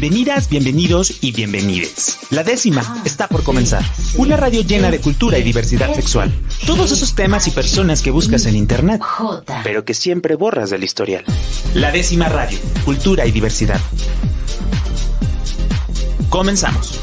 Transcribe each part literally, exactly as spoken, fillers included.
Bienvenidas, bienvenidos y bienvenides. La décima está por comenzar. Una radio llena de cultura y diversidad sexual. Todos esos temas y personas que buscas en internet, pero que siempre borras del historial. La décima radio, cultura y diversidad. Comenzamos.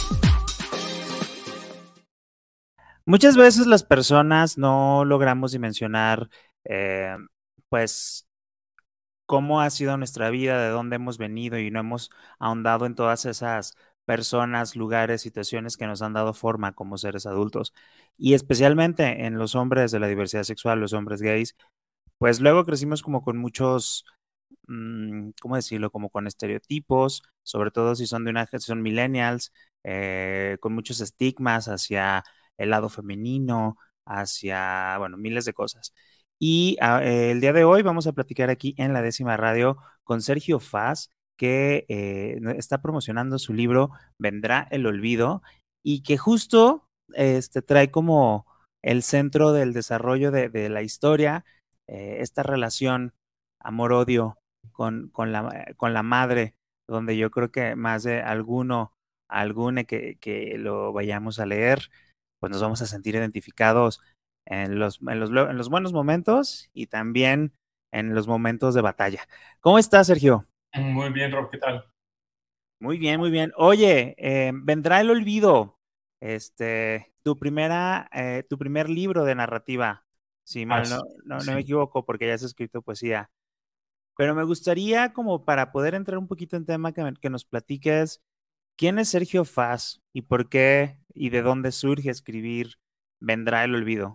Muchas veces las personas no logramos dimensionar, eh, pues, cómo ha sido nuestra vida, de dónde hemos venido y no hemos ahondado en todas esas personas, lugares, situaciones que nos han dado forma como seres adultos. Y especialmente en los hombres de la diversidad sexual, los hombres gays, pues luego crecimos como con muchos, mmm, ¿cómo decirlo? Como con estereotipos, sobre todo si son de una generación millennials, eh, con muchos estigmas hacia el lado femenino, hacia, bueno, miles de cosas. Y uh, el día de hoy vamos a platicar aquí en La Décima Radio con Sergio Faz, que eh, está promocionando su libro Vendrá el Olvido y que justo este, trae como el centro del desarrollo de, de la historia, eh, esta relación amor-odio con, con, la, con la madre, donde yo creo que más de alguno, alguno que, que lo vayamos a leer, pues nos vamos a sentir identificados en los, en los, en los buenos momentos y también en los momentos de batalla. ¿Cómo estás, Sergio? Muy bien, Rob, ¿qué tal? Muy bien, muy bien. Oye, eh, Vendrá el Olvido, este, tu primera, eh, tu primer libro de narrativa, si mal Ah, no, no, sí. no me equivoco, porque ya has escrito poesía. Pero me gustaría, como para poder entrar un poquito en tema, que, que nos platiques quién es Sergio Faz y por qué y de dónde surge escribir Vendrá el Olvido.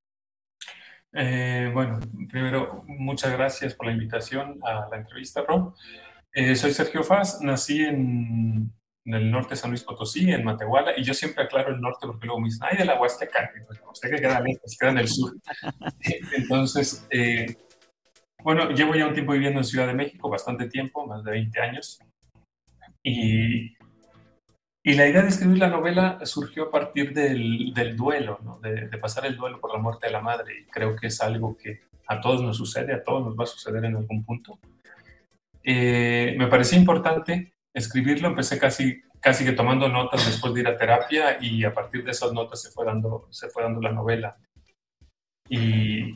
Eh, bueno, primero, muchas gracias por la invitación a la entrevista, Rob. Eh, soy Sergio Faz, nací en, en el norte de San Luis Potosí, en Matehuala, y yo siempre aclaro el norte porque luego me dicen, ay, de la Huasteca, pues la Huasteca queda lejos, queda en el sur. Entonces, eh, bueno, llevo ya un tiempo viviendo en Ciudad de México, bastante tiempo, más de veinte años, y Y la idea de escribir la novela surgió a partir del, del duelo, ¿no? de, de pasar el duelo por la muerte de la madre. Y creo que es algo que a todos nos sucede, a todos nos va a suceder en algún punto. Eh, me parecía importante escribirlo, empecé casi, casi que tomando notas después de ir a terapia y a partir de esas notas se fue dando, se fue dando la novela. Y,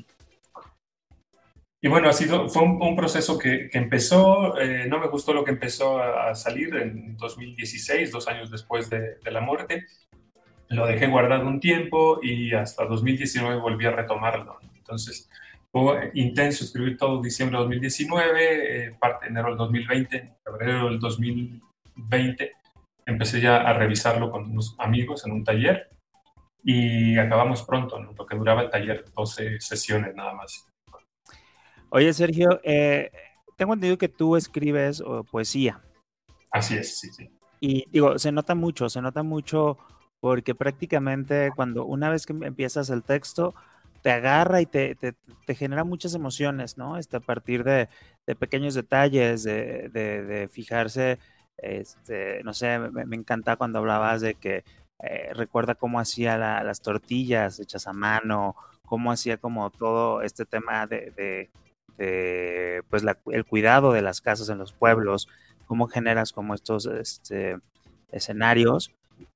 Y bueno, ha sido, fue un, un proceso que, que empezó, eh, no me gustó lo que empezó a, a salir en dos mil dieciséis, dos años después de, de la muerte. Lo dejé guardado un tiempo y hasta dos mil diecinueve volví a retomarlo. Entonces, fue intenso escribir todo diciembre de dos mil diecinueve, eh, parte de enero del dos mil veinte, febrero del dos mil veinte. Empecé ya a revisarlo con unos amigos en un taller y acabamos pronto, ¿no? Lo que duraba el taller, doce sesiones nada más. Oye, Sergio, eh, tengo entendido que tú escribes oh, poesía. Así es, sí, sí. Y digo, se nota mucho, se nota mucho porque prácticamente cuando una vez que empiezas el texto, te agarra y te, te, te genera muchas emociones, ¿no? Este, a partir de, de pequeños detalles, de, de, de fijarse, este, no sé, me, me encanta cuando hablabas de que eh, recuerda cómo hacía la, las tortillas hechas a mano, cómo hacía como todo este tema de, de, de pues la, el cuidado de las casas en los pueblos, cómo generas como estos este, escenarios.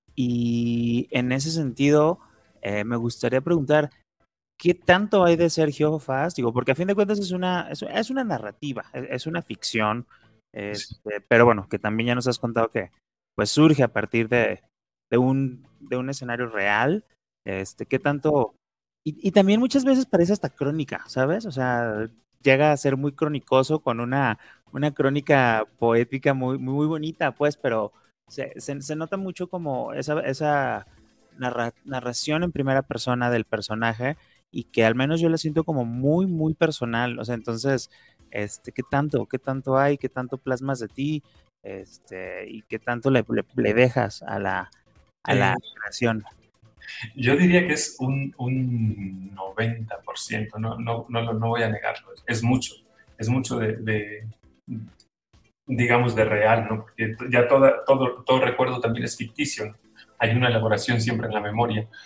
Y en ese sentido, eh, me gustaría preguntar, ¿qué tanto hay de Sergio Faz? Digo, porque a fin de cuentas es una, es, es una narrativa, es, es una ficción, este, pero bueno, que también ya nos has contado que pues surge a partir de, de, un, de un escenario real, este, ¿qué tanto? Y, y también muchas veces parece hasta crónica, ¿sabes? O sea, llega a ser muy cronicoso con una, una crónica poética muy, muy bonita, pues, pero se, se, se nota mucho como esa, esa narra, narración en primera persona del personaje y que al menos yo la siento como muy, muy personal. O sea, entonces, este, ¿qué tanto? ¿Qué tanto hay? ¿Qué tanto plasmas de ti? Este, y qué tanto le, le, le dejas a la, a la eh, creación. Yo diría que es un, un noventa por ciento, no, no, no, no voy a negarlo, es mucho, es mucho de, de digamos, de real, ¿no? Porque ya toda, todo, todo recuerdo también es ficticio, ¿no? Hay una elaboración siempre en la memoria.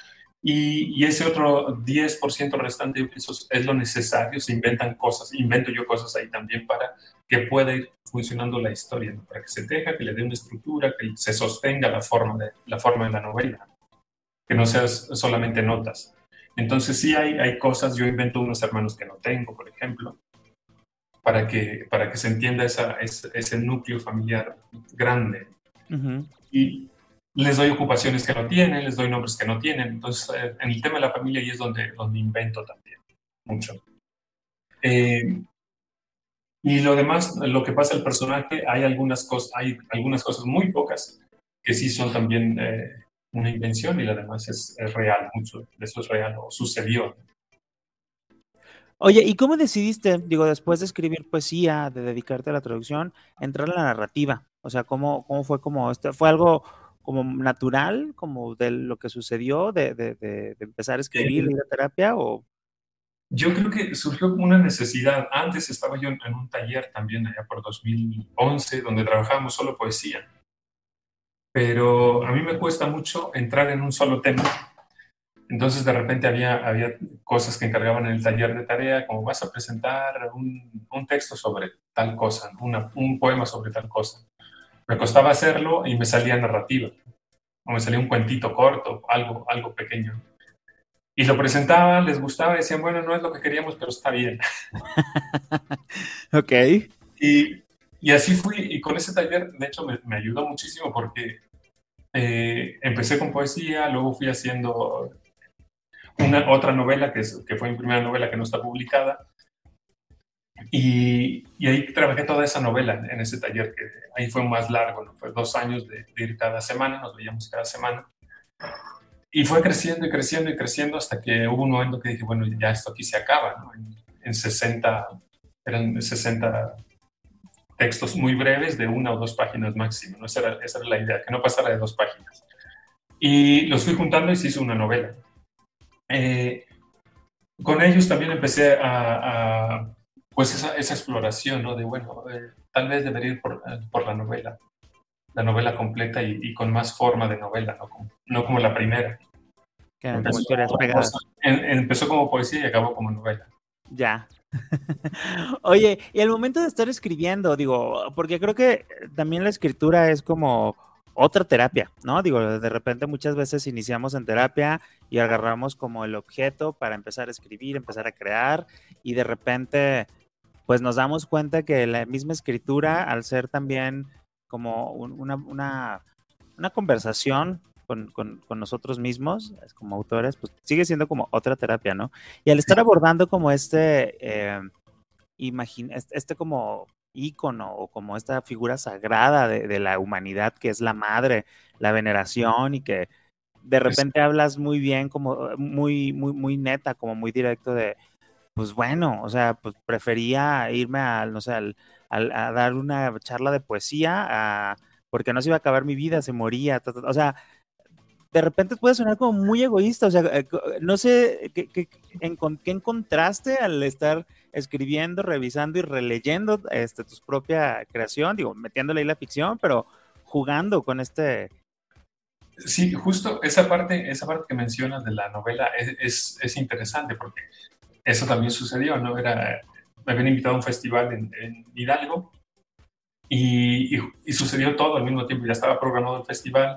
Y, y ese otro diez por ciento restante, eso es lo necesario, se inventan cosas, invento yo cosas ahí también para que pueda ir funcionando la historia, ¿no? Para que se teja, que le dé una estructura, que se sostenga la forma de la, forma de la novela, que no sean solamente notas. Entonces sí hay, hay cosas, yo invento unos hermanos que no tengo, por ejemplo, para que, para que se entienda esa, ese, ese núcleo familiar grande. Uh-huh. Y les doy ocupaciones que no tienen, les doy nombres que no tienen. Entonces, eh, en el tema de la familia ahí es donde, donde invento también mucho. Eh, y lo demás, lo que pasa al personaje, hay algunas, cosas, hay algunas cosas muy pocas que sí son también eh, una invención y lo demás es, es real, mucho de eso es real o sucedió. Oye, ¿y cómo decidiste, digo, después de escribir poesía, de dedicarte a la traducción, entrar a la narrativa? O sea, ¿cómo, cómo fue como, este, fue algo como natural, como de lo que sucedió, de, de, de, de empezar a escribir, de ir a terapia, o...? Yo creo que surgió como una necesidad. Antes estaba yo en un taller también allá por dos mil once, donde trabajábamos solo poesía. Pero a mí me cuesta mucho entrar en un solo tema. Entonces de repente había, había cosas que encargaban en el taller de tarea, como vas a presentar un, un texto sobre tal cosa, una, un poema sobre tal cosa. Me costaba hacerlo y me salía narrativa, o me salía un cuentito corto, algo, algo pequeño. Y lo presentaban, les gustaba, decían, bueno, no es lo que queríamos, pero está bien. Ok. Y, y así fui, y con ese taller, de hecho, me, me ayudó muchísimo porque eh, empecé con poesía, luego fui haciendo una, otra novela, que, es, que fue mi primera novela que no está publicada, y, y ahí trabajé toda esa novela en ese taller, que ahí fue más largo, ¿no? Fue dos años de, de ir cada semana, nos veíamos cada semana. Y fue creciendo y creciendo y creciendo hasta que hubo un momento que dije, bueno, ya esto aquí se acaba, ¿no? En, en sesenta, eran sesenta textos muy breves de una o dos páginas máximo, ¿no? Esa era, esa era la idea, que no pasara de dos páginas. Y los fui juntando y se hizo una novela. Eh, con ellos también empecé a, a pues esa, esa exploración, ¿no? De, bueno, eh, tal vez debería ir por, por la novela, la novela completa y, y con más forma de novela, ¿no? Como, no como la primera. Que eran como historias pegadas. En, empezó como poesía y acabó como novela. Ya. Oye, y al momento de estar escribiendo, digo, porque creo que también la escritura es como otra terapia, ¿no? Digo, de repente muchas veces iniciamos en terapia y agarramos como el objeto para empezar a escribir, empezar a crear, y de repente, pues nos damos cuenta que la misma escritura, al ser también como un, una, una, una conversación con, con, con nosotros mismos, como autores, pues sigue siendo como otra terapia, ¿no? Y al estar abordando como este, eh, imagina, este, este como ícono o como esta figura sagrada de, de la humanidad que es la madre, la veneración, y que de repente es... hablas muy bien, como muy, muy, muy neta, como muy directo de, pues bueno, o sea, pues prefería irme a, no sé, al, al, a dar una charla de poesía, a, porque no se iba a acabar mi vida, se moría, ta, ta, ta, o sea, de repente puede sonar como muy egoísta, o sea, no sé qué, qué, en, qué encontraste al estar escribiendo, revisando y releyendo este, tu propia creación, digo, metiéndole ahí la ficción, pero jugando con este... Sí, justo esa parte, esa parte que mencionas de la novela es, es, es interesante porque eso también sucedió, ¿no? Era, me habían invitado a un festival en, en Hidalgo y, y, y sucedió todo al mismo tiempo, ya estaba programado el festival.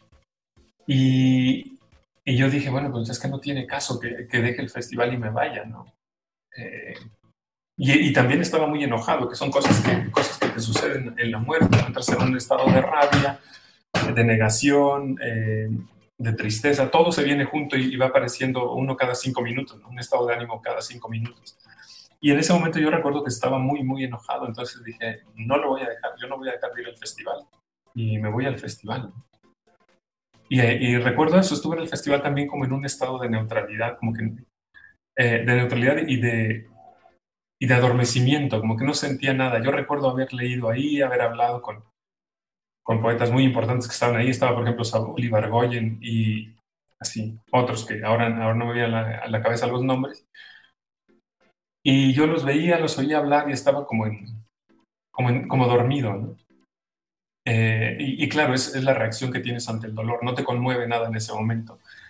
Y, y yo dije, bueno, pues es que no tiene caso que, que deje el festival y me vaya, ¿no? Eh, y, y también estaba muy enojado, que son cosas que, cosas que te suceden en la muerte, entras en un estado de rabia, de negación, eh, de tristeza, todo se viene junto y, y va apareciendo uno cada cinco minutos, ¿no? Un estado de ánimo cada cinco minutos. Y en ese momento yo recuerdo que estaba muy, muy enojado, entonces dije, no lo voy a dejar, yo no voy a dejar de ir al festival. Y me voy al festival, ¿no? Y, y recuerdo eso, estuve en el festival también como en un estado de neutralidad, como que eh, de neutralidad y de, y de adormecimiento, como que no sentía nada. Yo recuerdo haber leído ahí, haber hablado con, con poetas muy importantes que estaban ahí. Estaba, por ejemplo, Saúl Ibargüen y así, otros que ahora, ahora no me vienen a la, a la cabeza los nombres. Y yo los veía, los oía hablar y estaba como, en, como, en, como dormido, ¿no? Eh, y, y claro, es, es la reacción que tienes ante el dolor, no te conmueve nada en ese momento.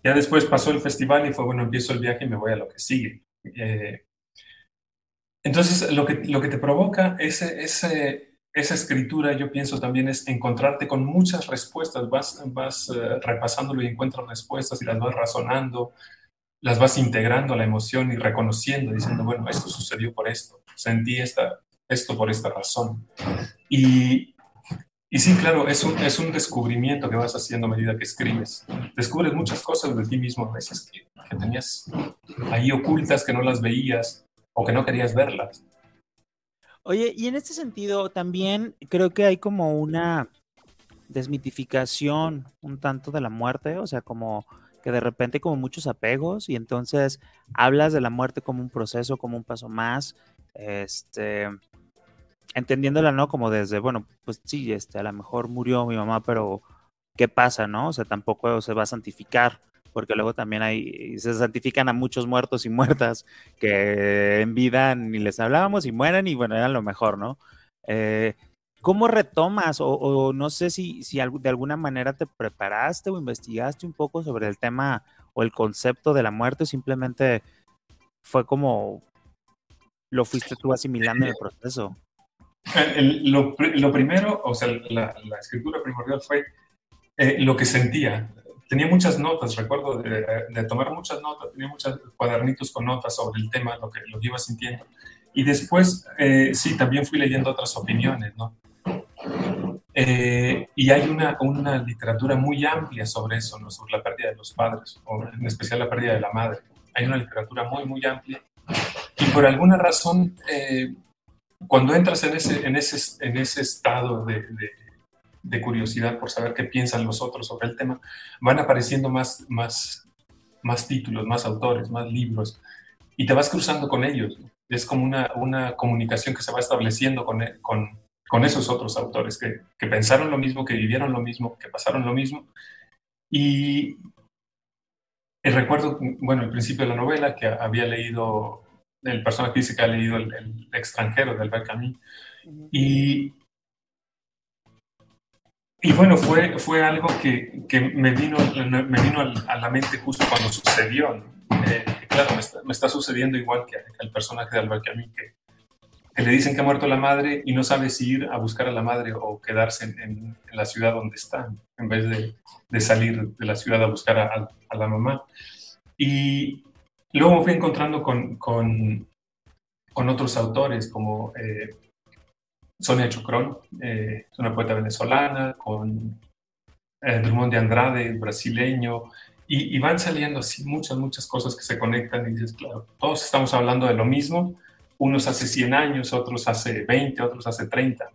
Ya después pasó el festival y fue, bueno, empiezo el viaje y me voy a lo que sigue. Eh, entonces, lo que, lo que te provoca ese, ese, esa escritura, yo pienso también, es encontrarte con muchas respuestas. Vas, vas uh, repasándolo y encuentras respuestas y las vas razonando, las vas integrando a la emoción y reconociendo, diciendo, bueno, esto sucedió por esto, sentí esta, esto por esta razón. Y, y sí, claro, es un, es un descubrimiento que vas haciendo a medida que escribes. Descubres muchas cosas de ti mismo a veces que, que tenías ahí ocultas, que no las veías o que no querías verlas. Oye, y en este sentido también creo que hay como una desmitificación un tanto de la muerte, o sea, como que de repente hay como muchos apegos y entonces hablas de la muerte como un proceso, como un paso más, este, entendiéndola, ¿no? Como desde, bueno, pues sí, este, a lo mejor murió mi mamá, pero ¿qué pasa, no? O sea, tampoco se va a santificar, porque luego también hay, se santifican a muchos muertos y muertas que en vida ni les hablábamos y mueren y bueno, eran lo mejor, ¿no? Eh, ¿Cómo retomas o, o no sé si, si de alguna manera te preparaste o investigaste un poco sobre el tema o el concepto de la muerte o simplemente fue como lo fuiste tú asimilando en el proceso? El, el, lo, lo, primero, o sea, la, la escritura primordial fue eh, lo que sentía. Tenía muchas notas, recuerdo de, de, tomar muchas notas, tenía muchos cuadernitos con notas sobre el tema, lo que, lo que iba sintiendo. Y después, eh, sí, también fui leyendo otras opiniones, ¿no? Eh, y hay una, una literatura muy amplia sobre eso, ¿no? Sobre la pérdida de los padres, o en especial la pérdida de la madre. Hay una literatura muy, muy amplia. Y por alguna razón, eh, cuando entras en ese, en ese, en ese estado de, de, de curiosidad por saber qué piensan los otros sobre el tema, van apareciendo más, más, más títulos, más autores, más libros, y te vas cruzando con ellos, ¿no? Es como una, una comunicación que se va estableciendo con, con, con esos otros autores que, que pensaron lo mismo, que vivieron lo mismo, que pasaron lo mismo. Y, y recuerdo, bueno, el principio de la novela, que había leído, el personaje dice que ha leído El, el extranjero de Albert Camus, uh-huh. y Y bueno, fue, fue algo que, que me vino, me vino a la mente justo cuando sucedió, ¿no? Eh, claro, me está, me está sucediendo igual que al personaje de Albert Camus, que, que le dicen que ha muerto la madre y no sabe si ir a buscar a la madre o quedarse en, en, en la ciudad donde está, en vez de, de salir de la ciudad a buscar a, a, a la mamá. Y luego me fui encontrando con, con, con otros autores como... Eh, Sonia Chocrón, eh, es una poeta venezolana, con eh, Drummond de Andrade, brasileño, y, y van saliendo así muchas, muchas cosas que se conectan y dices, claro, todos estamos hablando de lo mismo, unos hace cien años, otros hace veinte, otros hace treinta.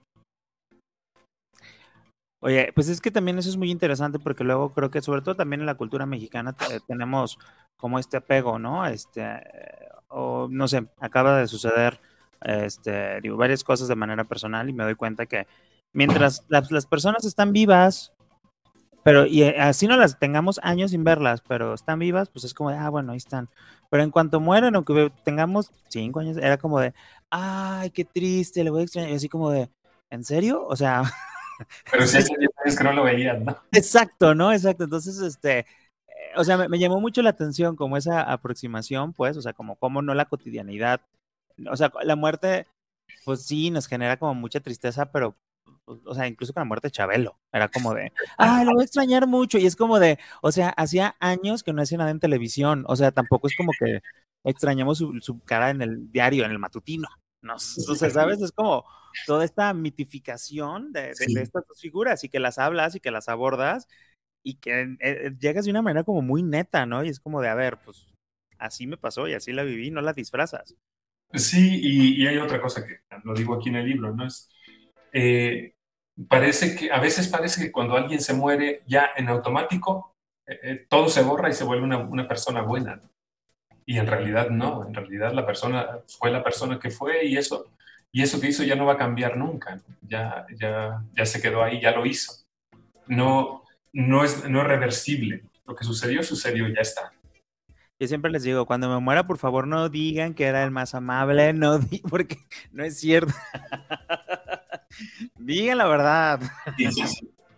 Oye, pues es que también eso es muy interesante porque luego creo que sobre todo también en la cultura mexicana tenemos como este apego, ¿no? Este, o no sé, acaba de suceder Este, digo, varias cosas de manera personal y me doy cuenta que mientras las, las personas están vivas, pero y así no las tengamos años sin verlas, pero están vivas, pues es como de, ah, bueno, ahí están. Pero en cuanto mueren, aunque tengamos cinco años, era como de, ay, qué triste, le voy a extrañar. Y así como de, ¿en serio? O sea... Pero si hace diez años que no lo veían, ¿no? Exacto, ¿no? Exacto. Entonces, este... O sea, me, me llamó mucho la atención como esa aproximación, pues, o sea, como cómo no la cotidianidad. O sea, la muerte, pues sí, nos genera como mucha tristeza, pero, o sea, incluso con la muerte de Chabelo, era como de, ay, lo voy a extrañar mucho, y es como de, o sea, hacía años que no hacía nada en televisión, o sea, tampoco es como que extrañamos su, su cara en el diario, en el matutino, ¿no? O sea, ¿sabes? Es como toda esta mitificación de, de, sí. de estas dos figuras, y que las hablas y que las abordas, y que eh, llegas de una manera como muy neta, ¿no? Y es como de, a ver, pues, así me pasó y así la viví, no la disfrazas. Sí, y, y hay otra cosa que lo digo aquí en el libro, ¿no? Es, eh, parece que, a veces parece que cuando alguien se muere, ya en automático, eh, eh, todo se borra y se vuelve una, una persona buena, ¿no? Y en realidad no, en realidad la persona fue la persona que fue y eso, y eso que hizo ya no va a cambiar nunca, ¿no? Ya, ya, ya se quedó ahí, ya lo hizo. No, no, es, no es reversible. Lo que sucedió, sucedió y ya está. Yo siempre les digo, cuando me muera, por favor, no digan que era el más amable, no di porque no es cierto. Digan la verdad. Sí, sí, sí.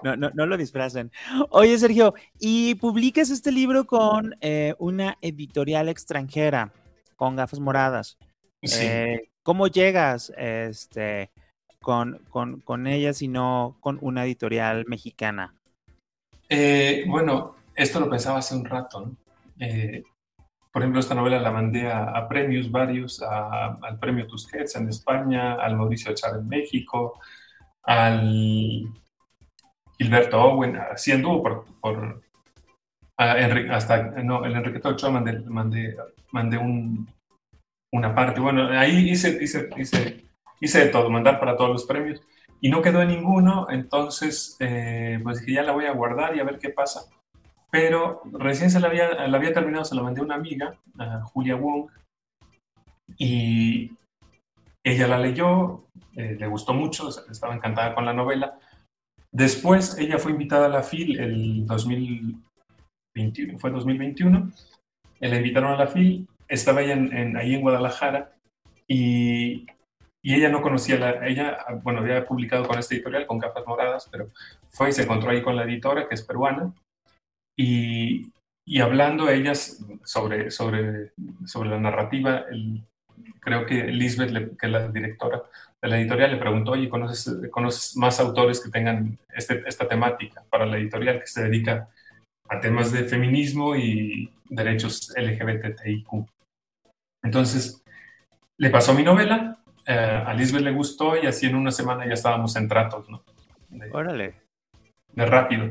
No, no, no lo disfracen. Oye, Sergio, y publicas este libro con eh, una editorial extranjera, con Gafas Moradas. Sí. Eh, ¿cómo llegas este, con, con, con ella, si no con una editorial mexicana? Eh, bueno, esto lo pensaba hace un rato, ¿no? Eh, por ejemplo, esta novela la mandé a, a premios varios, a- al premio Tusquets en España, al Mauricio Echar en México, al Gilberto Owen, así anduvo por, por a Enri- hasta, no, el Enriqueta Ochoa mandé, mandé, mandé un, una parte. Bueno, ahí hice, hice, hice, hice de todo, mandar para todos los premios y no quedó en ninguno, entonces eh, pues dije, ya la voy a guardar y a ver qué pasa. Pero recién se la había, la había terminado, se la mandé a una amiga, a Julia Wong, y ella la leyó, eh, le gustó mucho, estaba encantada con la novela. Después ella fue invitada a la FIL el dos mil veintiuno, fue dos mil veintiuno, eh, la invitaron a la FIL, estaba ella en, en, ahí en Guadalajara y, y ella no conocía, la, ella, bueno, había publicado con esta editorial, con Gafas Moradas, pero fue y se encontró ahí con la editora, que es peruana, y, y hablando ellas sobre, sobre, sobre la narrativa, el, creo que Lisbeth, le, que es la directora de la editorial, le preguntó, oye, ¿conoces, ¿conoces más autores que tengan este, esta temática para la editorial que se dedica a temas de feminismo y derechos L G B T I Q? Entonces, le pasó mi novela, eh, a Lisbeth le gustó y así en una semana ya estábamos en tratos, ¿no? De, Órale. de rápido.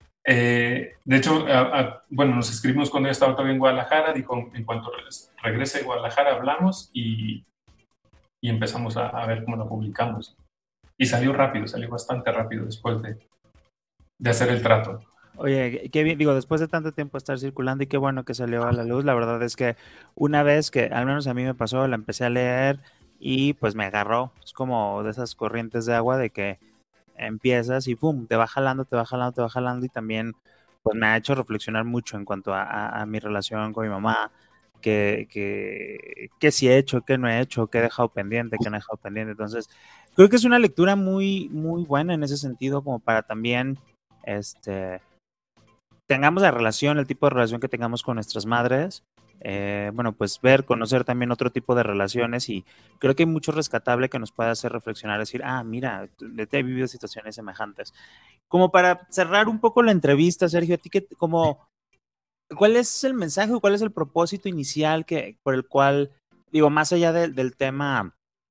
Eh, de hecho, a, a, bueno, nos escribimos cuando ella estaba todavía en Guadalajara, dijo, en cuanto regrese de Guadalajara hablamos y, y empezamos a, a ver cómo la publicamos. Y salió rápido, salió bastante rápido después de, de hacer el trato. Oye, qué bien, digo, después de tanto tiempo estar circulando y qué bueno que salió a la luz, la verdad es que una vez que, al menos a mí me pasó, la empecé a leer y pues me agarró, es como de esas corrientes de agua de que empiezas y pum, te va jalando, te va jalando, te va jalando y también pues me ha hecho reflexionar mucho en cuanto a, a, a mi relación con mi mamá, que, que, que sí he hecho, que no he hecho, que he dejado pendiente, que no he dejado pendiente. Entonces, creo que es una lectura muy, muy buena en ese sentido, como para también, este, tengamos la relación, el tipo de relación que tengamos con nuestras madres, eh, bueno, pues ver, conocer también otro tipo de relaciones y creo que hay mucho rescatable que nos puede hacer reflexionar, decir, ah, mira, he vivido situaciones semejantes. Como para cerrar un poco la entrevista, Sergio, a ti que, como, ¿cuál es el mensaje o cuál es el propósito inicial que, por el cual, digo, más allá de, del tema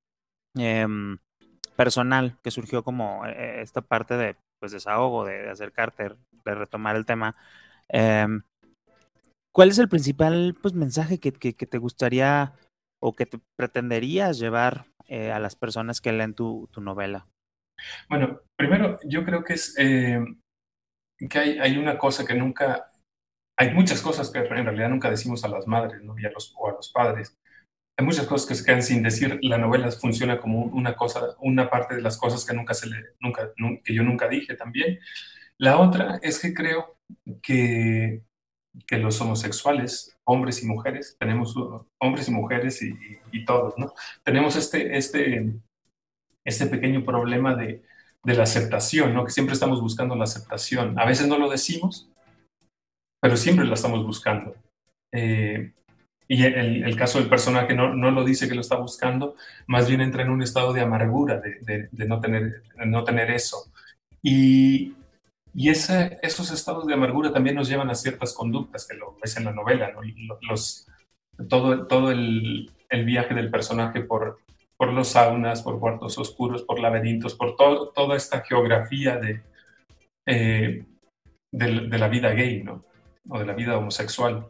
eh, personal que surgió como eh, esta parte de, pues, desahogo, de, de acercarte, de retomar el tema, eh, ¿cuál es el principal pues, mensaje que, que, que, te gustaría o que te pretenderías llevar eh, a las personas que leen tu, tu novela? Bueno, primero, yo creo que es eh, que hay, hay una cosa que nunca, hay muchas cosas que en realidad nunca decimos a las madres, ¿no? Y a los, o a los padres. Hay muchas cosas que se quedan sin decir. La novela funciona como una cosa, una parte de las cosas que nunca se le, nunca, que yo nunca dije también. La otra es que creo que, que los homosexuales, hombres y mujeres, tenemos hombres y mujeres y, y, y todos, ¿no? Tenemos este, este, este pequeño problema de, de la aceptación, ¿no? Que siempre estamos buscando la aceptación. A veces no lo decimos, pero siempre la estamos buscando. Eh, y el, el, caso del personaje no, no lo dice que lo está buscando, más bien entra en un estado de amargura, de, de, de, no, tener, de no tener eso. Y, y ese, esos estados de amargura también nos llevan a ciertas conductas, que lo ves en la novela, ¿no? Los, todo todo el, el viaje del personaje por, por los saunas, por cuartos oscuros, por laberintos, por todo, toda esta geografía de, eh, de, de la vida gay, ¿no? O de la vida homosexual.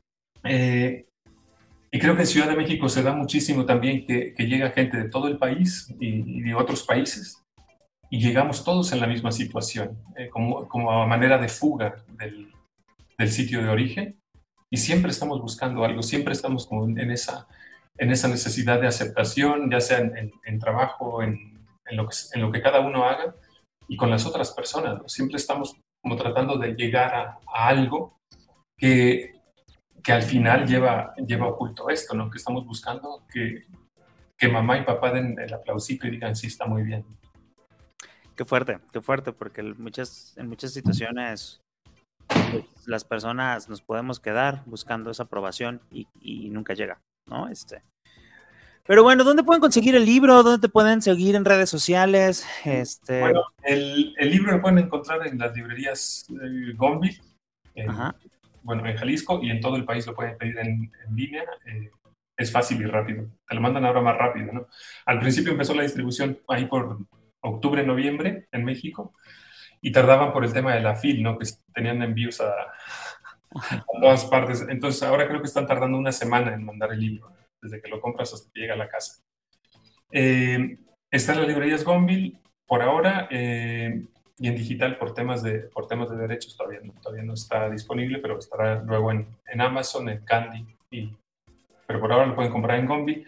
Eh, y creo que en Ciudad de México se da muchísimo también que, que llega gente de todo el país y, y de otros países y llegamos todos en la misma situación, eh, como, como a manera de fuga del, del sitio de origen y siempre estamos buscando algo, siempre estamos como en esa, en esa necesidad de aceptación, ya sea en, en, en trabajo, en, en, lo que, en lo que cada uno haga y con las otras personas, ¿no? Siempre estamos como tratando de llegar a, a algo que, que al final lleva, lleva oculto esto, ¿no? Que estamos buscando que, que mamá y papá den el aplausito y digan, sí, está muy bien. Qué fuerte, qué fuerte, porque en muchas, en muchas situaciones pues, las personas nos podemos quedar buscando esa aprobación y, y nunca llega, ¿no? Este. Pero bueno, ¿dónde pueden conseguir el libro? ¿Dónde te pueden seguir en redes sociales? Este... Bueno, el, el libro lo pueden encontrar en las librerías eh, Gonville, en, bueno, en Jalisco, y en todo el país lo pueden pedir en, en línea. Eh, es fácil y rápido. Te lo mandan ahora más rápido, ¿no? Al principio empezó la distribución ahí por octubre, noviembre en México, y tardaban por el tema de la F I L, ¿no? Que tenían envíos a, a todas partes. Entonces ahora creo que están tardando una semana en mandar el libro, desde que lo compras hasta que llega a la casa. Eh, está en las librerías Gonville por ahora, eh, y en digital por temas de, por temas de derechos todavía no, todavía no está disponible, pero estará luego en, en Amazon, en Candy, y, pero por ahora lo pueden comprar en Gonville.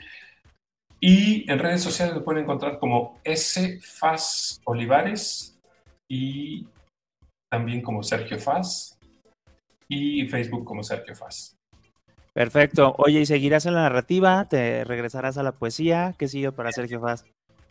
Y en redes sociales lo pueden encontrar como S. Faz Olivares, y también como Sergio Faz, y Facebook como Sergio Faz. Perfecto. Oye, ¿y seguirás en la narrativa? ¿Te regresarás a la poesía? ¿Qué sigue para Sergio Faz?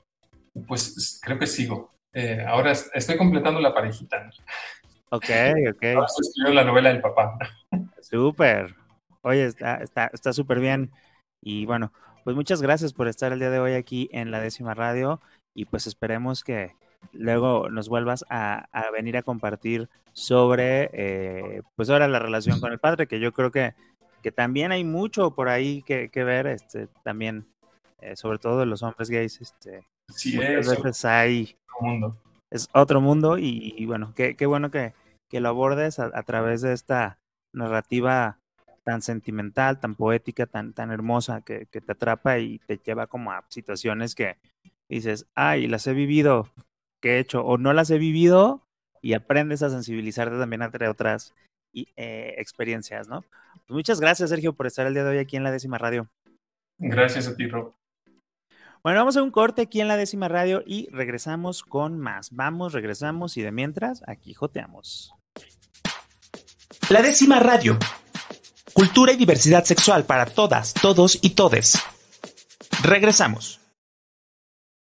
Pues creo que sigo. Eh, ahora estoy completando la parejita, ¿no? Ok, ok. Ahora estoy escribiendo la novela del papá. Súper. Oye, está está está súper bien. Y bueno, pues muchas gracias por estar el día de hoy aquí en La Décima Radio, y pues esperemos que luego nos vuelvas a, a venir a compartir sobre, eh, pues ahora la relación con el padre, que yo creo que, que también hay mucho por ahí que, que ver, este, también, eh, sobre todo de los hombres gays, este, Sí, muchas es veces hay, otro mundo. es otro mundo, y, y bueno, qué, qué bueno que, que lo abordes a, a través de esta narrativa tan sentimental, tan poética, tan, tan hermosa, que, que te atrapa y te lleva como a situaciones que dices, ay, las he vivido, ¿qué he hecho? O no las he vivido, y aprendes a sensibilizarte también entre otras y, eh, experiencias, ¿no? Pues muchas gracias, Sergio, por estar el día de hoy aquí en La Décima Radio. Gracias a ti, Rob. Bueno, vamos a un corte aquí en La Décima Radio y regresamos con más. Vamos, regresamos, y de mientras, aquí joteamos. La Décima Radio. Cultura y diversidad sexual para todas, todos y todes. Regresamos.